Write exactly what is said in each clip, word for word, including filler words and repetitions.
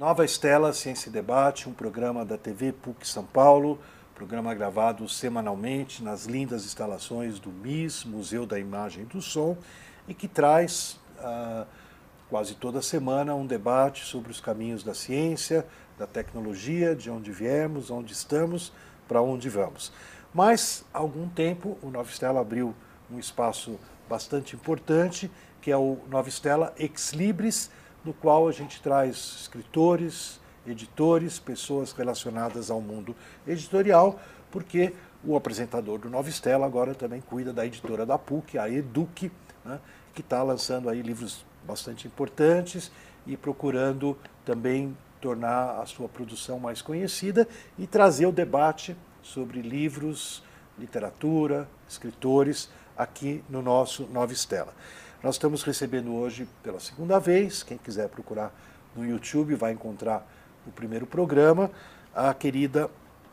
Nova Estela Ciência e Debate, um programa da T V PUC São Paulo, programa gravado semanalmente nas lindas instalações do M I S, Museu da Imagem e do Som, e que traz ah, quase toda semana um debate sobre os caminhos da ciência, da tecnologia, de onde viemos, onde estamos, para onde vamos. Mas, há algum tempo, o Nova Estela abriu um espaço bastante importante, que é o Nova Estela Ex Libris, no qual a gente traz escritores, editores, pessoas relacionadas ao mundo editorial, porque o apresentador do Nova Estela agora também cuida da editora da PUC, a Educ, né, que está lançando aí livros bastante importantes e procurando também tornar a sua produção mais conhecida e trazer o debate sobre livros, literatura, escritores aqui no nosso Nova Estela. Nós estamos recebendo hoje pela segunda vez, quem quiser procurar no YouTube vai encontrar o primeiro programa, a querida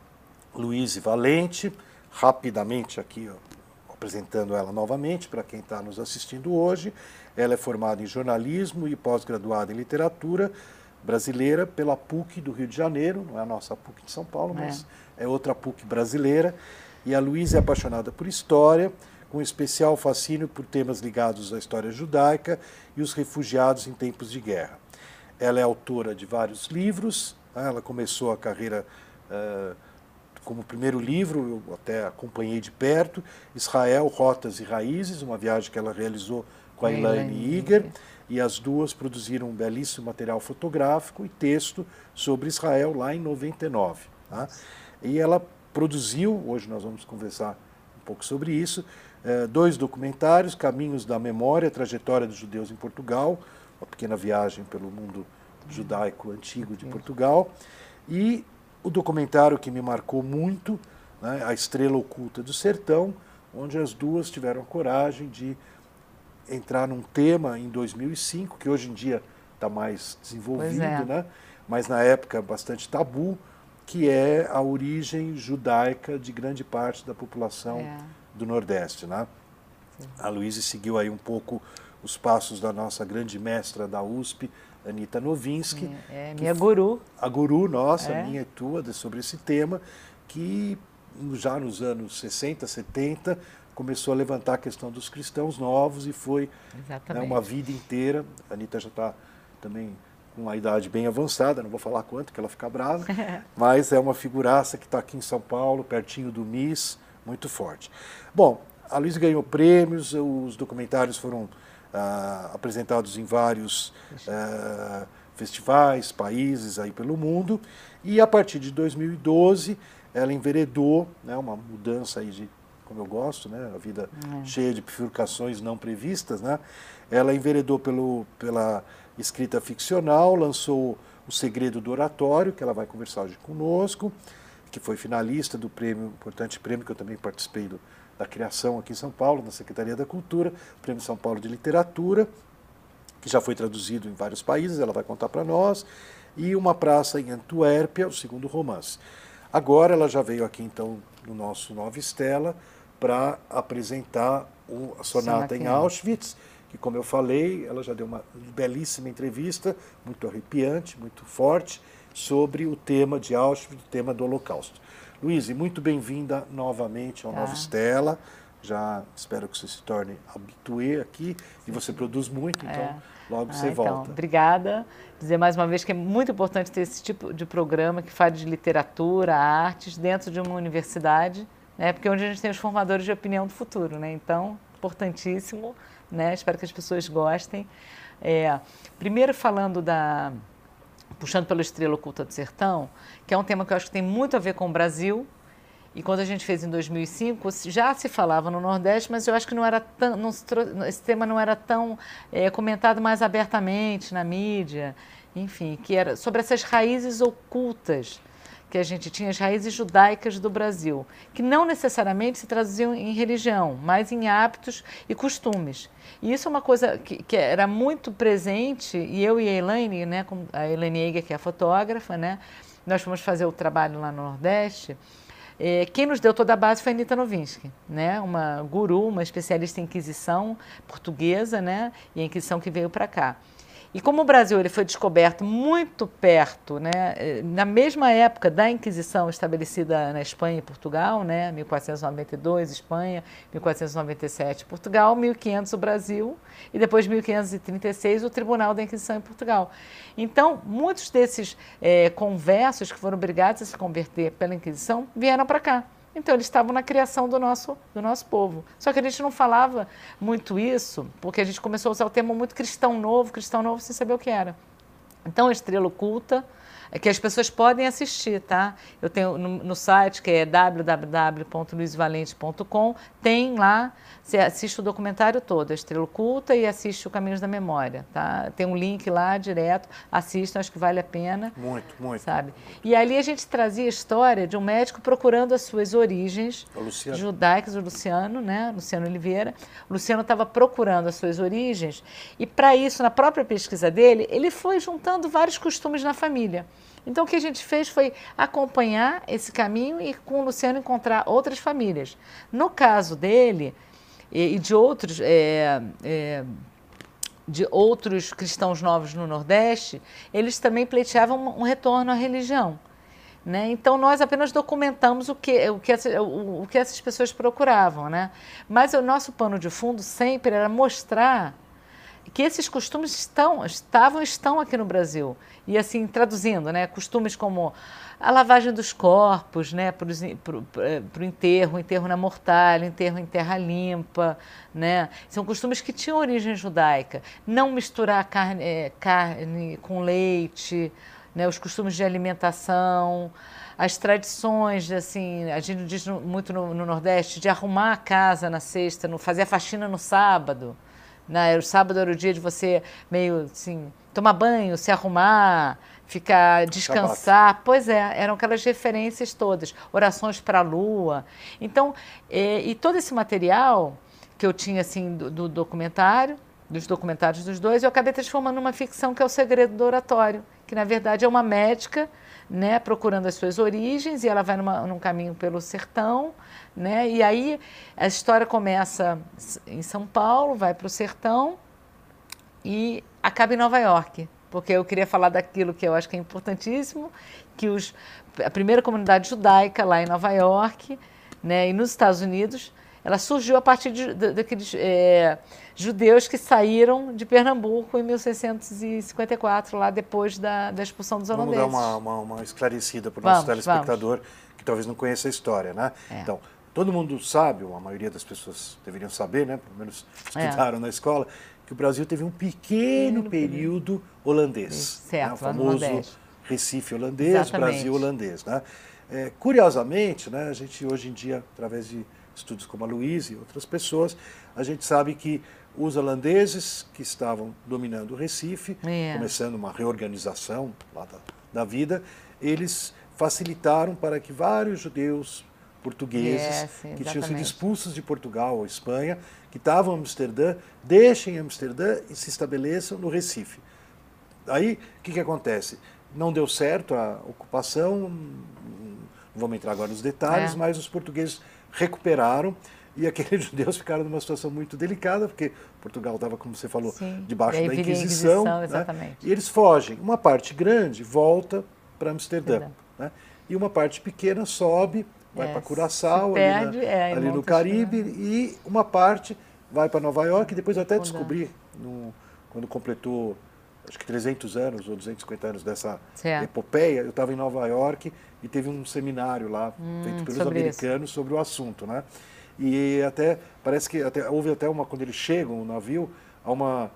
Luíse Valente, rapidamente aqui ó, apresentando ela novamente para quem está nos assistindo hoje. Ela é formada em jornalismo e pós-graduada em literatura brasileira pela PUC do Rio de Janeiro, não é a nossa PUC de São Paulo, mas é, é outra PUC brasileira. E a Luíse é apaixonada por história, com especial fascínio por temas ligados à história judaica e os refugiados em tempos de guerra. Ela é autora de vários livros, ela começou a carreira uh, como primeiro livro, eu até acompanhei de perto, Israel, Rotas e Raízes, uma viagem que ela realizou com a Elaine Iger, e as duas produziram um belíssimo material fotográfico e texto sobre Israel lá em noventa e nove. Tá? E ela produziu, hoje nós vamos conversar um pouco sobre isso, eh, dois documentários, Caminhos da Memória, Trajetória dos Judeus em Portugal, uma pequena viagem pelo mundo judaico antigo de Portugal, e o documentário que me marcou muito, né, A Estrela Oculta do Sertão, onde as duas tiveram a coragem de entrar num tema em dois mil e cinco, que hoje em dia está mais desenvolvido, é. né, mas na época bastante tabu, que é a origem judaica de grande parte da população é. do Nordeste. Né? A Luíse seguiu aí um pouco os passos da nossa grande mestra da U S P, Anita Novinsky. É, é minha guru. A guru nossa, é. minha e tua, sobre esse tema, que já nos anos sessenta, setenta, começou a levantar a questão dos cristãos novos e foi né, uma vida inteira. A Anita já está também com uma idade bem avançada, não vou falar quanto, que ela fica brava, mas é uma figuraça que está aqui em São Paulo, pertinho do M I S, muito forte. Bom, a Luíse ganhou prêmios, os documentários foram ah, apresentados em vários ah, festivais, países aí pelo mundo, e a partir de dois mil e doze ela enveredou, né, uma mudança aí de, como eu gosto, né, a vida é. cheia de bifurcações não previstas, né, ela enveredou pelo, pela escrita ficcional, lançou O Segredo do Oratório, que ela vai conversar hoje conosco, que foi finalista do prêmio, importante prêmio que eu também participei do, da criação aqui em São Paulo, na Secretaria da Cultura, Prêmio São Paulo de Literatura, que já foi traduzido em vários países, ela vai contar para nós, e Uma Praça em Antuérpia, o segundo romance. Agora ela já veio aqui então no nosso Nova Estela para apresentar o, a Sonata em Auschwitz, que, como eu falei, ela já deu uma belíssima entrevista, muito arrepiante, muito forte, sobre o tema de Auschwitz, o tema do Holocausto. Luíse, muito bem-vinda novamente ao tá. Nova Estela. Já espero que você se torne habituê aqui, e você produz muito, então é. logo ah, você então, volta. Obrigada. Dizer mais uma vez que é muito importante ter esse tipo de programa que fale de literatura, artes, dentro de uma universidade, né, porque é onde a gente tem os formadores de opinião do futuro, né? Então, importantíssimo. Né? Espero que as pessoas gostem. É, primeiro falando da... puxando pela Estrela Oculta do Sertão, que é um tema que eu acho que tem muito a ver com o Brasil, e quando a gente fez em dois mil e cinco, já se falava no Nordeste, mas eu acho que não era tão, não se trou... esse tema não era tão é, comentado mais abertamente na mídia, enfim, que era sobre essas raízes ocultas que a gente tinha, as raízes judaicas do Brasil, que não necessariamente se traduziam em religião, mas em hábitos e costumes. E isso é uma coisa que, que era muito presente, e eu e a Elaine, né, a Elaine Eiger, que é a fotógrafa, né, nós fomos fazer o trabalho lá no Nordeste. É, quem nos deu toda a base foi a Anita Novinsky, né, uma guru, uma especialista em Inquisição portuguesa, né, e a Inquisição que veio para cá. E como o Brasil ele foi descoberto muito perto, né, na mesma época da Inquisição estabelecida na Espanha e Portugal, né, mil quatrocentos e noventa e dois Espanha, mil quatrocentos e noventa e sete Portugal, mil e quinhentos o Brasil e depois mil quinhentos e trinta e seis o Tribunal da Inquisição em Portugal. Então, muitos desses é, conversos que foram obrigados a se converter pela Inquisição vieram para cá. Então, eles estavam na criação do nosso, do nosso povo. Só que a gente não falava muito isso, porque a gente começou a usar o termo muito cristão novo, cristão novo sem saber o que era. Então, a Estrela Oculta, é que as pessoas podem assistir, tá? Eu tenho no, no site, que é w w w ponto luiz valente ponto com, tem lá, você assiste o documentário todo, a Estrela Oculta, e assiste o Caminhos da Memória, tá? Tem um link lá direto, assistam, acho que vale a pena. Muito, muito. Sabe? E ali a gente trazia a história de um médico procurando as suas origens judaicas, o Luciano, né? Luciano Oliveira. O Luciano estava procurando as suas origens, e para isso, na própria pesquisa dele, ele foi juntando vários costumes na família. Então, o que a gente fez foi acompanhar esse caminho e, com o Luciano, encontrar outras famílias. No caso dele e, e de outros, é, é, de outros cristãos novos no Nordeste, eles também pleiteavam um, um retorno à religião. Né? Então, nós apenas documentamos o que, o, que essa, o, o que essas pessoas procuravam. Né? Mas o nosso pano de fundo sempre era mostrar que esses costumes estão, estavam estão aqui no Brasil. E assim, traduzindo, né, costumes como a lavagem dos corpos, né, para o enterro, enterro na mortalha, enterro em terra limpa, né, são costumes que tinham origem judaica. Não misturar carne, é, carne com leite, né, os costumes de alimentação, as tradições, assim, a gente diz muito no, no Nordeste, de arrumar a casa na sexta, no, fazer a faxina no sábado. Né? O sábado era o dia de você meio assim, tomar banho, se arrumar, ficar, descansar. Shabat. Pois é, eram aquelas referências todas, orações para a lua. Então, é, e todo esse material que eu tinha assim do, do documentário, dos documentários dos dois, eu acabei transformando numa ficção que é O Segredo do Oratório, que na verdade é uma médica, né, procurando as suas origens, e ela vai numa, num caminho pelo sertão, né, e aí a história começa em São Paulo, vai para o sertão e acaba em Nova York, porque eu queria falar daquilo que eu acho que é importantíssimo, que os, a primeira comunidade judaica lá em Nova York, né, e nos Estados Unidos, ela surgiu a partir de, de, daqueles é, judeus que saíram de Pernambuco em mil seiscentos e cinquenta e quatro, lá depois da, da expulsão dos holandeses. Vamos dar uma, uma, uma esclarecida para o nosso telespectador, vamos. que talvez não conheça a história, né? É. Então, todo mundo sabe, ou a maioria das pessoas deveriam saber, né? Pelo menos estudaram é. na escola, que o Brasil teve um pequeno, pequeno período, período holandês. Certo, né? O famoso Recife holandês, Exatamente. Brasil holandês. Né? É, curiosamente, né, a gente hoje em dia, através de estudos como a Luiz e outras pessoas, a gente sabe que os holandeses que estavam dominando o Recife, é. começando uma reorganização lá da, da vida, eles facilitaram para que vários judeus portugueses yes, que tinham sido expulsos de Portugal ou Espanha, que estavam em Amsterdã, deixem Amsterdã e se estabeleçam no Recife. Aí, o que, que acontece? Não deu certo a ocupação, não vamos entrar agora nos detalhes, é. mas os portugueses recuperaram e aqueles judeus ficaram numa situação muito delicada, porque Portugal estava, como você falou, Sim. debaixo da Inquisição. Inquisição né? E eles fogem. Uma parte grande volta para Amsterdã. Né? E uma parte pequena sobe, vai é, para Curaçao, ali, na, é, ali no Caribe, né? e uma parte vai para Nova York, e depois eu até descobri, no, quando completou, acho que trezentos anos ou duzentos e cinquenta anos dessa certo. epopeia, eu estava em Nova York e teve um seminário lá, hum, feito pelos sobre americanos, isso. sobre o assunto, né? E até, parece que até, houve até uma, quando eles chegam no navio, há uma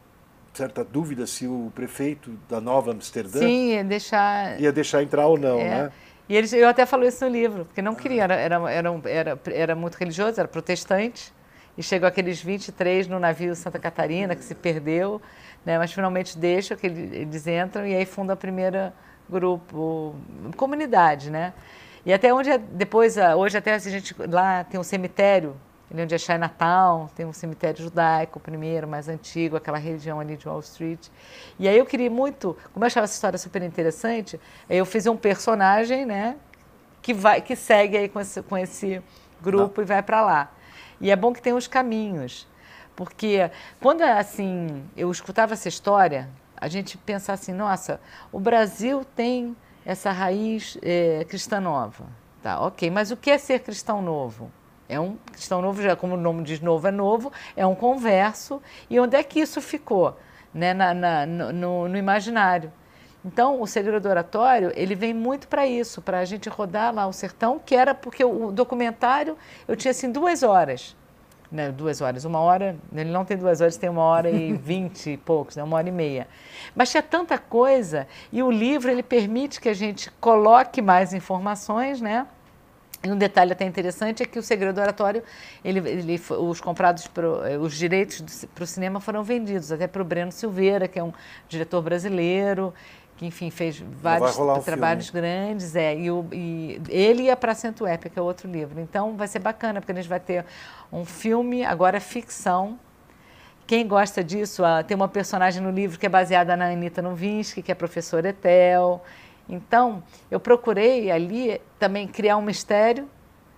certa dúvida se o prefeito da Nova Amsterdã Sim, ia deixar... ia deixar entrar ou não, é. né? E eles, eu até falo isso no livro, porque não queria, era, era, era, era, era muito religioso, era protestante, e chegou aqueles vinte e três no navio Santa Catarina, que se perdeu, né, mas finalmente deixa, que eles entram e aí fundam a primeira grupo, comunidade, né? E até onde, depois, hoje até a gente, lá tem um cemitério, ali onde é Chinatown, tem um cemitério judaico, o primeiro, mais antigo, aquela região ali de Wall Street. E aí eu queria muito, como eu achava essa história super interessante, eu fiz um personagem, né, que, vai, que segue aí com esse, com esse grupo Não. e vai para lá. E é bom que tem os caminhos, porque quando, assim, eu escutava essa história, a gente pensar assim, nossa, o Brasil tem essa raiz é, cristã nova. Tá, ok, mas o que é ser cristão novo? É um cristão novo, já como o nome diz novo é novo, é um converso. E onde é que isso ficou? Né, na, na, no, no imaginário. Então, o Segredo do Oratório, ele vem muito para isso, para a gente rodar lá o sertão, que era porque o documentário, eu tinha assim duas horas. Né, duas horas, uma hora, ele não tem duas horas, tem uma hora e vinte e poucos, né, uma hora e meia. Mas tinha tanta coisa, e o livro, ele permite que a gente coloque mais informações, né? E um detalhe até interessante é que o Segredo do Oratório, ele, ele, os comprados, pro, os direitos para o cinema foram vendidos, até para o Breno Silveira, que é um diretor brasileiro, que, enfim, fez vários um trabalhos filme. grandes, é, e, o, e ele e a Praça Antuérpia, que é outro livro. Então, vai ser bacana, porque a gente vai ter um filme, agora ficção. Quem gosta disso, ah, tem uma personagem no livro que é baseada na Anita Novinsky, que é a professora Etel. Então, eu procurei ali também criar um mistério,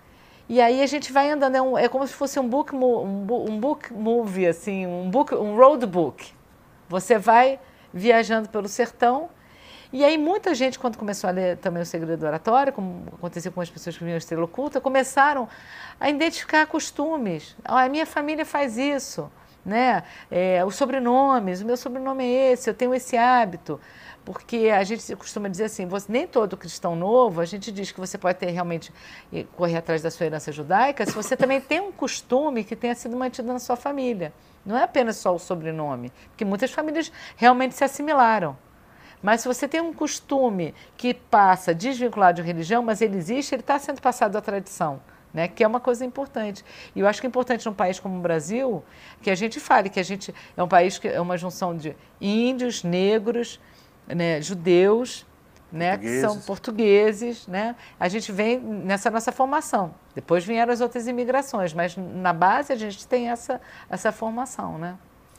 e aí a gente vai andando, é, um, é como se fosse um book, um, um book movie, assim, um, book, um road book. Você vai viajando pelo sertão, e aí muita gente, quando começou a ler também o Segredo do Oratório, como aconteceu com as pessoas que vinham Estrela Oculta, começaram a identificar costumes. Ah, a minha família faz isso, né? É, os sobrenomes, o meu sobrenome é esse, eu tenho esse hábito. Porque a gente costuma dizer assim, você, nem todo cristão novo, a gente diz que você pode ter realmente correr atrás da sua herança judaica, se você também tem um costume que tenha sido mantido na sua família. Não é apenas só o sobrenome, porque muitas famílias realmente se assimilaram. Mas se você tem um costume que passa desvinculado de religião, mas ele existe, ele está sendo passado da tradição, né? Que é uma coisa importante. E eu acho que é importante num país como o Brasil, que a gente fale que a gente é um país que é uma junção de índios, negros, né, judeus, né, que são portugueses, né? A gente vem nessa nossa formação. Depois vieram as outras imigrações, mas na base a gente tem essa, essa formação, né?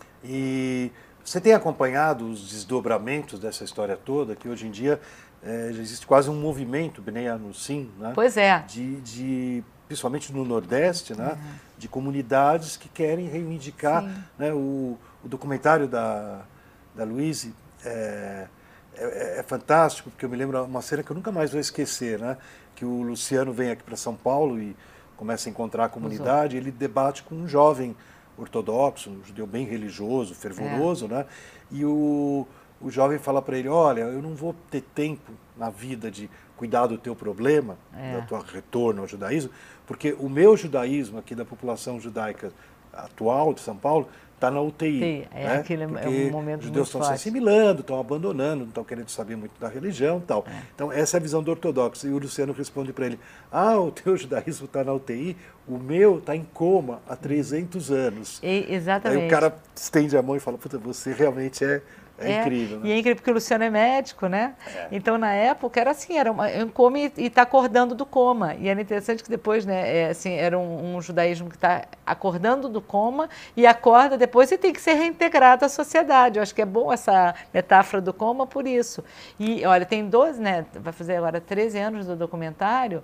E você tem acompanhado os desdobramentos dessa história toda, que hoje em dia é, já existe quase um movimento, Bnei Anussim, né? Pois é. De, de, principalmente no Nordeste, né? Uhum. De comunidades que querem reivindicar, né? o, o documentário da, da Louise, É, é, é fantástico, porque eu me lembro uma cena que eu nunca mais vou esquecer, né? Que o Luciano vem aqui para São Paulo e começa a encontrar a comunidade, e ele debate com um jovem ortodoxo, um judeu bem religioso, fervoroso, é. né? E o, o jovem fala para ele, olha, eu não vou ter tempo na vida de cuidar do teu problema, é. do teu retorno ao judaísmo, porque o meu judaísmo aqui da população judaica atual de São Paulo está na U T I. Sim, é, né? aquele, Porque é um momento os judeus estão se assimilando, estão abandonando, não estão querendo saber muito da religião e tal. É. Então, essa é a visão do ortodoxo. E o Luciano responde para ele, ah, o teu judaísmo está na U T I, o meu está em coma há trezentos anos. E, exatamente. Aí o cara estende a mão e fala, puta, você realmente é... É, é incrível, né? E é incrível porque o Luciano é médico, né? É. Então, na época, era assim, era uma, um coma e está acordando do coma. E era interessante que depois, né, é, assim, era um, um judaísmo que está acordando do coma e acorda depois e tem que ser reintegrado à sociedade. Eu acho que é bom essa metáfora do coma por isso. E, olha, tem doze, né? Vai fazer agora treze anos do documentário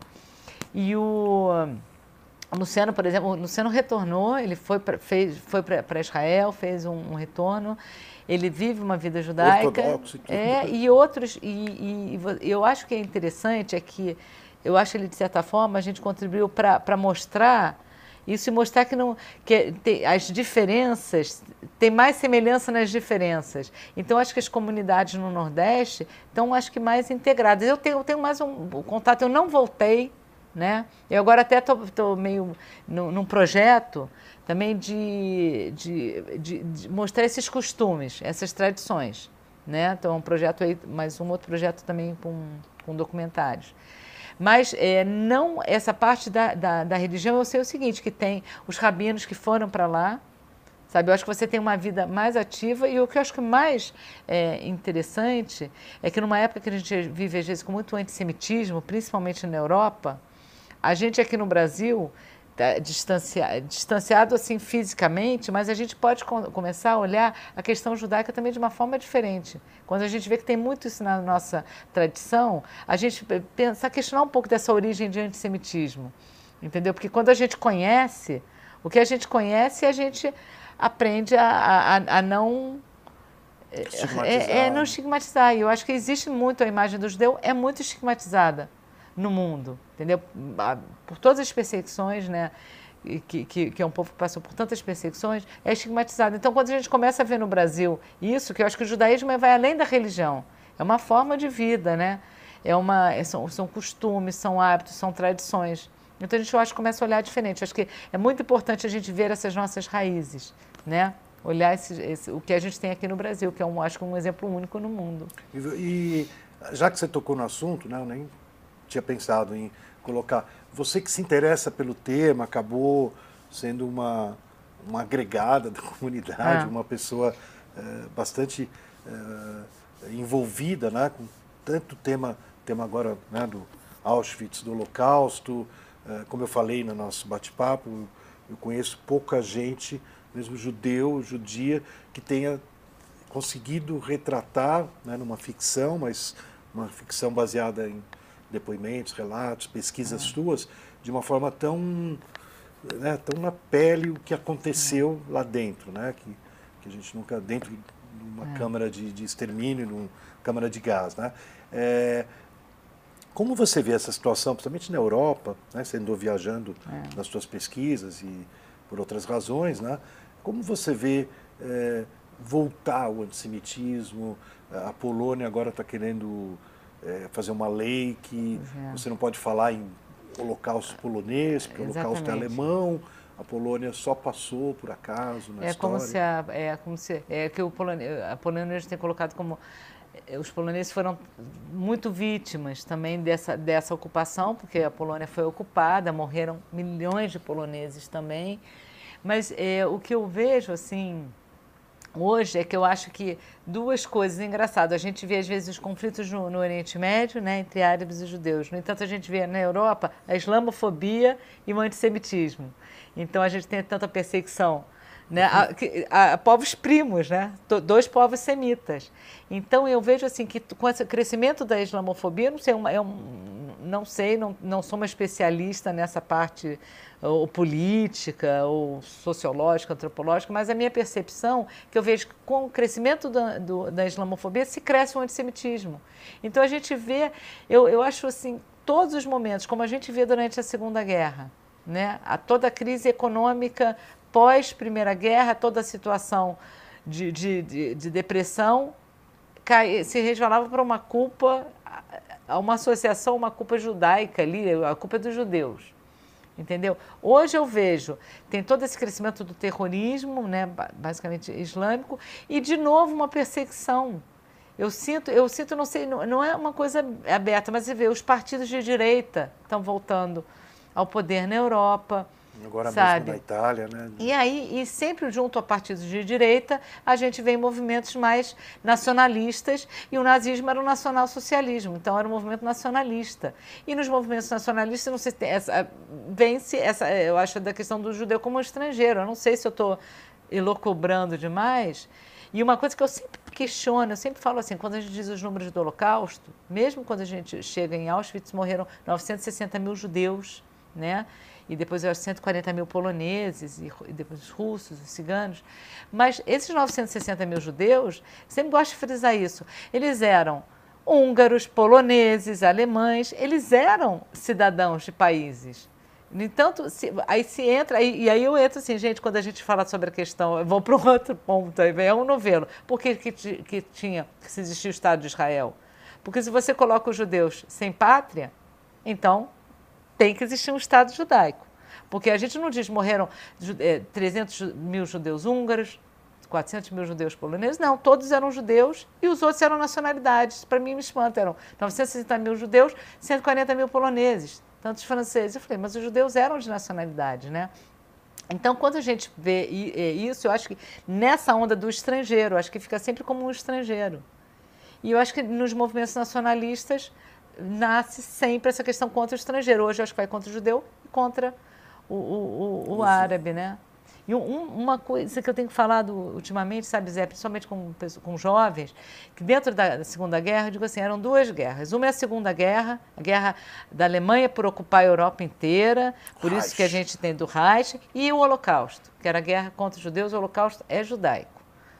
e o... O Luciano, por exemplo, o Luciano retornou, ele foi para foi para Israel, fez um, um retorno, ele vive uma vida judaica. Ortodoxo e tudo. É, e outros, e, e, e eu acho que é interessante, é que eu acho que ele, de certa forma, a gente contribuiu para mostrar isso e mostrar que, não, que tem, as diferenças, tem mais semelhança nas diferenças. Então, acho que as comunidades no Nordeste estão, acho que, mais integradas. Eu tenho, eu tenho mais um, um contato, eu não voltei, né? Eu agora até estou meio no, num projeto também de, de, de, de mostrar esses costumes, essas tradições, né? Então, um projeto aí, mais um outro projeto também com, com documentários. Mas é, não essa parte da, da, da religião, eu sei o seguinte, que tem os rabinos que foram para lá, sabe? Eu acho que você tem uma vida mais ativa e o que eu acho que mais é, interessante é que numa época que a gente vive, às vezes, com muito antissemitismo, principalmente na Europa, a gente aqui no Brasil, tá distanciado, distanciado assim fisicamente, mas a gente pode com, começar a olhar a questão judaica também de uma forma diferente. Quando a gente vê que tem muito isso na nossa tradição, a gente pensa, questionar um pouco dessa origem de antissemitismo, entendeu? Porque quando a gente conhece, o que a gente conhece, a gente aprende a, a, a não Estigmatizar. É, é não estigmatizar. E eu acho que existe muito a imagem do judeu, é muito estigmatizada no mundo, entendeu? Por todas as perseguições, né? Que, que, que é um povo que passou por tantas perseguições, é estigmatizado. Então, quando a gente começa a ver no Brasil isso, que eu acho que o judaísmo vai além da religião, é uma forma de vida, né? É uma, é, são, são costumes, são hábitos, são tradições. Então, a gente, eu acho que começa a olhar diferente. Eu acho que é muito importante a gente ver essas nossas raízes, né? Olhar esse, esse, o que a gente tem aqui no Brasil, que é, um, acho que um exemplo único no mundo. E, e já que você tocou no assunto, né, eu nem tinha pensado em colocar... Você que se interessa pelo tema, acabou sendo uma, uma agregada da comunidade, É. uma pessoa é, bastante é, envolvida, né, com tanto tema, tema agora, né, do Auschwitz, do Holocausto. É, como eu falei no nosso bate-papo, eu conheço pouca gente, mesmo judeu, judia, que tenha conseguido retratar, né, numa ficção, mas uma ficção baseada em depoimentos, relatos, pesquisas é. suas, de uma forma tão, né, tão na pele o que aconteceu é. lá dentro, né, que, que a gente nunca, dentro de uma é. câmara de, de extermínio, numa câmara de gás, né. É, como você vê essa situação, principalmente na Europa, né, você andou viajando é. nas suas pesquisas e por outras razões, né, como você vê é, voltar o antissemitismo? A Polônia agora está querendo É, fazer uma lei que é. você não pode falar em holocausto polonês, porque o holocausto é alemão, a Polônia só passou por acaso na é história. Como se a, é como se é que o Polônia, a Polônia tem colocado como os poloneses foram muito vítimas também dessa dessa ocupação, porque a Polônia foi ocupada, morreram milhões de poloneses também, mas é, o que eu vejo assim hoje é que eu acho que duas coisas engraçadas. A gente vê, às vezes, os conflitos no, no Oriente Médio, né, entre árabes e judeus. No entanto, a gente vê na Europa a islamofobia e o antissemitismo. Então, a gente tem tanta perseguição, né, a, a, a povos primos, né, dois povos semitas. Então, eu vejo assim que com esse crescimento da islamofobia, não sei, uma, é um, não, sei não, não sou uma especialista nessa parte ou política, ou sociológica, antropológica, mas a minha percepção é que eu vejo que com o crescimento da, do, da islamofobia se cresce o antissemitismo. Então a gente vê, eu, eu acho assim, todos os momentos, como a gente vê durante a Segunda Guerra, né? A toda a crise econômica pós-Primeira Guerra, toda a situação de, de, de, de depressão, cai, se resvalava para uma culpa, uma associação, uma culpa judaica ali, a culpa é dos judeus. Entendeu? Hoje eu vejo, tem todo esse crescimento do terrorismo, né, basicamente islâmico, e de novo uma perseguição. Eu sinto, eu sinto, não sei, não, não é uma coisa aberta, mas você vê, os partidos de direita estão voltando ao poder na Europa. Agora sabe? mesmo na Itália, né? E aí, e sempre junto a partidos de direita, a gente vê movimentos mais nacionalistas, e o nazismo era o nacional-socialismo, então era um movimento nacionalista. E nos movimentos nacionalistas, não sei se tem essa, vence essa, eu acho, da questão do judeu como estrangeiro. Eu não sei se eu estou elocubrando demais. E uma coisa que eu sempre questiono, eu sempre falo assim, quando a gente diz os números do Holocausto, mesmo quando a gente chega em Auschwitz, morreram novecentos e sessenta mil judeus, né? E depois eu acho cento e quarenta mil poloneses, e, e depois os russos, os ciganos. Mas esses novecentos e sessenta mil judeus, sempre gosto de frisar isso, eles eram húngaros, poloneses, alemães, eles eram cidadãos de países. No entanto, se, aí se entra, aí, e aí eu entro assim, gente, quando a gente fala sobre a questão, eu vou para um outro ponto, aí é um novelo. Por que, que, que tinha, que se existia o Estado de Israel? Porque se você coloca os judeus sem pátria, então tem que existir um Estado judaico. Porque a gente não diz morreram é, trezentos mil judeus húngaros, quatrocentos mil judeus poloneses, não, todos eram judeus e os outros eram nacionalidades. Para mim me espanta, eram novecentos e sessenta mil judeus, cento e quarenta mil poloneses, tantos franceses. Eu falei, mas os judeus eram de nacionalidade, né? Então, quando a gente vê isso, eu acho que nessa onda do estrangeiro, acho que fica sempre como um estrangeiro. E eu acho que nos movimentos nacionalistas nasce sempre essa questão contra o estrangeiro. Hoje eu acho que vai contra o judeu e contra o, o, o, o árabe, né? E um, uma coisa que eu tenho falado ultimamente, sabe, Zé, principalmente com, com jovens, que dentro da Segunda Guerra, eu digo assim, eram duas guerras. Uma é a Segunda Guerra, a guerra da Alemanha por ocupar a Europa inteira, por Reich. Isso que a gente tem do Reich, e o Holocausto, que era a guerra contra os judeus. O Holocausto é judaico.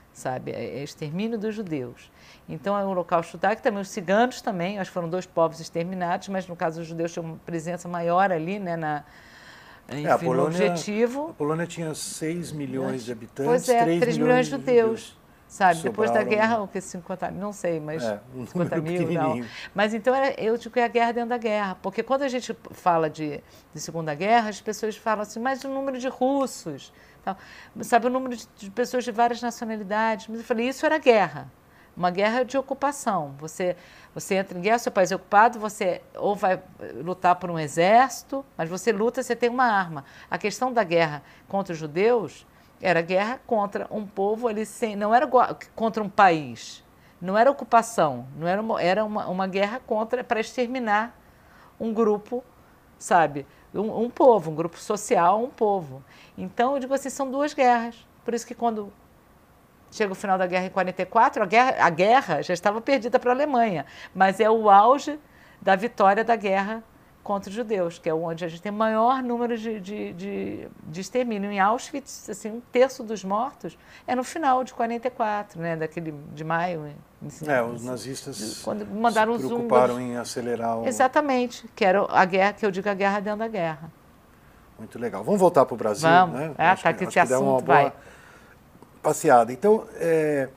sabe? É extermínio dos judeus. Então é o Holocausto judaico, também os ciganos também, acho que foram dois povos exterminados, mas no caso os judeus tinham uma presença maior ali, né, na, enfim, é, a Polônia, no objetivo. A Polônia tinha seis milhões de habitantes, pois é, três milhões de judeus. judeus. Sabe, depois da guerra, o que, cinquenta mil, não sei, mas é, um cinquenta mil, não. Mas então, era, eu digo que é a guerra dentro da guerra, porque quando a gente fala de, de Segunda Guerra, as pessoas falam assim, mas o número de russos, tal, sabe, o número de, de pessoas de várias nacionalidades, mas eu falei, isso era guerra, uma guerra de ocupação, você, você entra em guerra, seu país é ocupado, você ou vai lutar por um exército, mas você luta, você tem uma arma. A questão da guerra contra os judeus era guerra contra um povo ali, sem, não era contra um país, não era ocupação, não era uma, era uma, uma guerra contra, para exterminar um grupo, sabe, um, um povo, um grupo social, um povo. Então, eu digo assim, são duas guerras. Por isso que quando chega o final da guerra em quarenta e quatro, a guerra, a guerra já estava perdida para a Alemanha, mas é o auge da vitória da guerra contra os judeus, que é onde a gente tem o maior número de, de, de, de extermínio. Em Auschwitz, assim, um terço dos mortos é no final de quarenta e quatro, né, daquele, de maio. Assim, é, os nazistas quando mandaram se os preocuparam húngaros, em acelerar o... Exatamente, que era a guerra, que eu digo a guerra dentro da guerra. Muito legal. Vamos voltar para o Brasil, Vamos. né? Ah, acho tá, que, que acho esse que dá uma assunto boa vai. passeada. Então, é,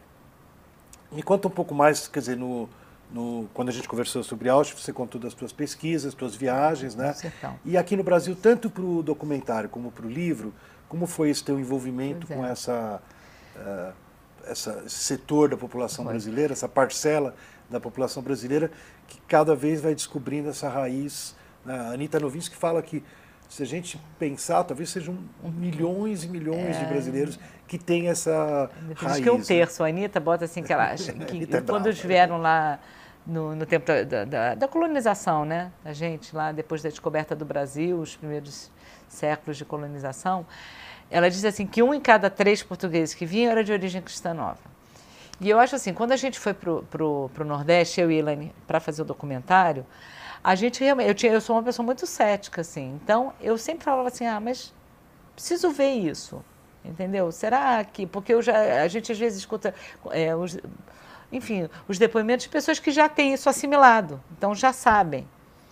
me conta um pouco mais, quer dizer, no... No, quando a gente conversou sobre Auschwitz, você contou das suas pesquisas, suas viagens, né? Sertão. E aqui no Brasil, tanto para o documentário como para o livro, como foi esse teu envolvimento Pois com é. essa, uh, essa, esse setor da população Foi. brasileira, essa parcela da população brasileira que cada vez vai descobrindo essa raiz, né? A Anita Novinsky fala que se a gente pensar, talvez sejam milhões e milhões É. de brasileiros que têm essa Por raiz. isso que é um né? terço. A Anitta bota assim que ela acha que Anitta é quando brava, eles vieram lá no, no tempo da, da, da colonização, né, da gente, lá depois da descoberta do Brasil, os primeiros séculos de colonização, ela diz assim que um em cada três portugueses que vinham era de origem cristã nova. E eu acho assim, quando a gente foi para o Nordeste, eu e a Elaine, para fazer o documentário, a gente realmente, eu, tinha, eu sou uma pessoa muito cética, assim, então eu sempre falava assim, ah, mas preciso ver isso, entendeu? Será que, porque eu já, a gente às vezes escuta, é, os, enfim, os depoimentos de pessoas que já têm isso assimilado, então já sabem.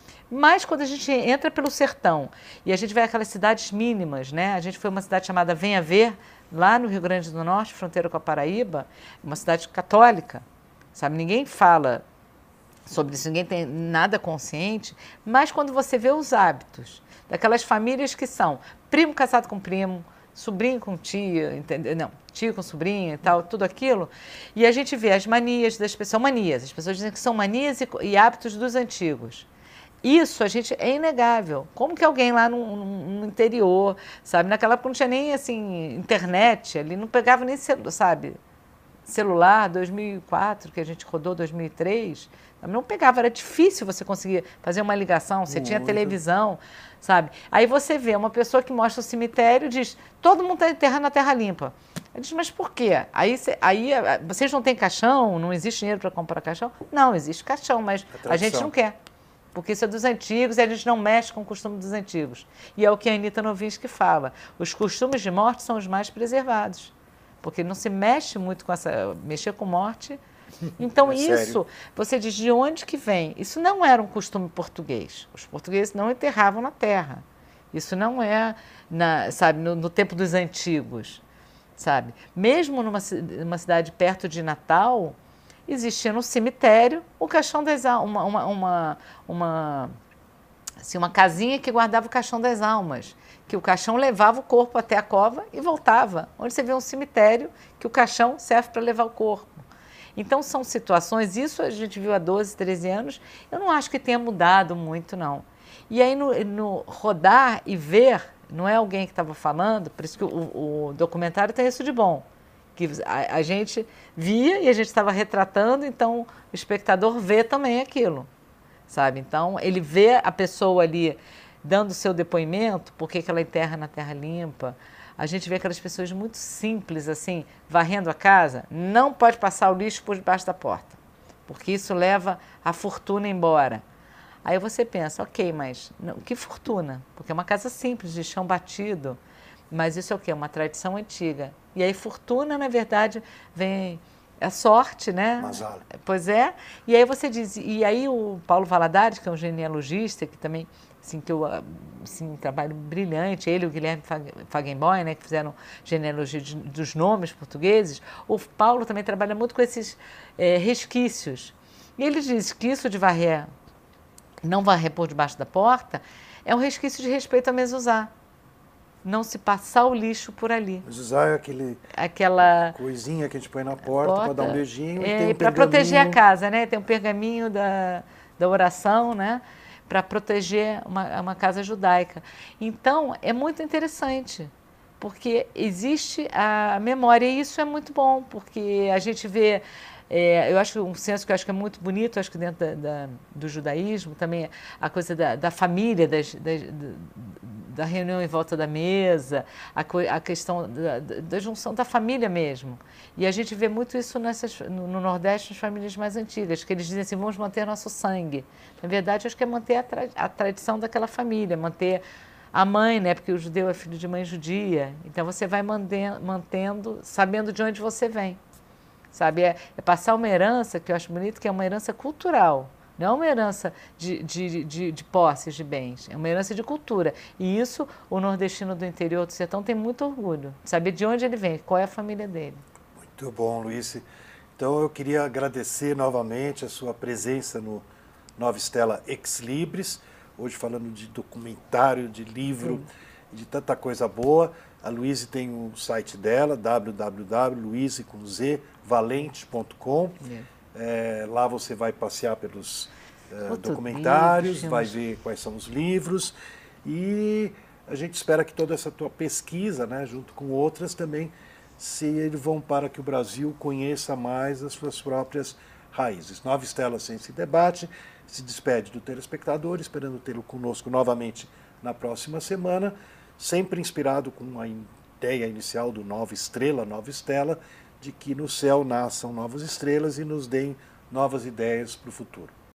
Mas quando a gente entra pelo sertão e a gente vai àquelas cidades mínimas, né? A gente foi a uma cidade chamada Venha Ver, lá no Rio Grande do Norte, fronteira com a Paraíba, uma cidade católica, sabe? Ninguém fala sobre isso, ninguém tem nada consciente, mas quando você vê os hábitos daquelas famílias que são primo casado com primo, sobrinho com tia, entendeu? Não, tio com sobrinho e tal, tudo aquilo, e a gente vê as manias das pessoas, são manias, as pessoas dizem que são manias e, e hábitos dos antigos. Isso a gente é inegável. Como que alguém lá no, no interior, sabe, naquela época não tinha nem assim internet, ali não pegava nem, sabe, celular, dois mil e quatro, que a gente rodou, dois mil e três, não pegava, era difícil você conseguir fazer uma ligação, você Muito. tinha televisão, sabe? Aí você vê uma pessoa que mostra o cemitério e diz, todo mundo está enterrando a terra limpa. Eu diz, mas por quê? Aí, aí vocês não têm caixão, não existe dinheiro para comprar caixão? Não, existe caixão, mas a, a gente não quer. Porque isso é dos antigos e a gente não mexe com o costume dos antigos. E é o que a Anita Novinsky fala, os costumes de morte são os mais preservados. Porque não se mexe muito com essa... Mexer com morte. Então, é isso, sério? Você diz de onde que vem? Isso não era um costume português. Os portugueses não enterravam na terra. Isso não é, na, sabe, no, no tempo dos antigos, sabe? Mesmo numa, numa cidade perto de Natal, existia no cemitério o caixão das almas, uma, uma, uma, uma, assim, uma casinha que guardava o caixão das almas. Que o caixão levava o corpo até a cova e voltava. Onde você vê um cemitério que o caixão serve para levar o corpo. Então, são situações, isso a gente viu há doze, treze anos, eu não acho que tenha mudado muito, não. E aí, no, no rodar e ver, não é alguém que estava falando, por isso que o, o documentário tem isso de bom, que a, a gente via e a gente estava retratando, então o espectador vê também aquilo, sabe? Então, ele vê a pessoa ali dando o seu depoimento, por que ela enterra na terra limpa. A gente vê aquelas pessoas muito simples, assim, varrendo a casa, não pode passar o lixo por debaixo da porta, porque isso leva a fortuna embora. Aí você pensa, ok, mas não, que fortuna? Porque é uma casa simples, de chão batido, mas isso é o quê? Uma tradição antiga. E aí fortuna, na verdade, vem a sorte, né? Mazal. Pois é. E aí você diz, e aí o Paulo Valadares, que é um genealogista, que também, assim, que eu, assim, um trabalho brilhante, ele e o Guilherme Fagenboim, né, que fizeram genealogia de, dos nomes portugueses, o Paulo também trabalha muito com esses é, resquícios. E ele diz que isso de varrer, não varrer por debaixo da porta, é um resquício de respeito a mezuzá. Não se passar o lixo por ali. Mezuzá é aquele aquela coisinha que a gente põe na porta, porta para dar um beijinho, é, e tem um para proteger a casa, né? Tem um pergaminho da, da oração, né? Para proteger uma, uma casa judaica. Então, é muito interessante, porque existe a memória, e isso é muito bom, porque a gente vê, é, eu acho um senso que eu acho que é muito bonito, acho que dentro da, da, do judaísmo também, a coisa da, da família, das, das, da reunião em volta da mesa, a, a questão da, da junção da família mesmo. E a gente vê muito isso nessas, no, no Nordeste, nas famílias mais antigas, que eles dizem assim, vamos manter nosso sangue. Na verdade, acho que é manter a, tra a tradição daquela família, manter a mãe, né? Porque o judeu é filho de mãe judia. Então, você vai mantendo, mantendo sabendo de onde você vem. Sabe? É, é passar uma herança, que eu acho bonito, que é uma herança cultural. Não é uma herança de, de, de, de posses, de bens. É uma herança de cultura. E isso, o nordestino do interior do sertão tem muito orgulho. De saber de onde ele vem, qual é a família dele. Muito bom, Luiz. Então, eu queria agradecer novamente a sua presença no Nova Stella Ex Libris. Hoje falando de documentário, de livro, Sim. de tanta coisa boa. A Luíse tem o site dela, w w w ponto luize com z valente ponto com. É, lá você vai passear pelos uh, documentários, livros, vai ver quais são os livros. E a gente espera que toda essa tua pesquisa, né, junto com outras, também sirvam para que o Brasil conheça mais as suas próprias raízes. Nova Stella Ciência e Debate se despede do telespectador, esperando tê-lo conosco novamente na próxima semana, sempre inspirado com a ideia inicial do Nova Estrela, Nova Stella, de que no céu nasçam novas estrelas e nos deem novas ideias para o futuro.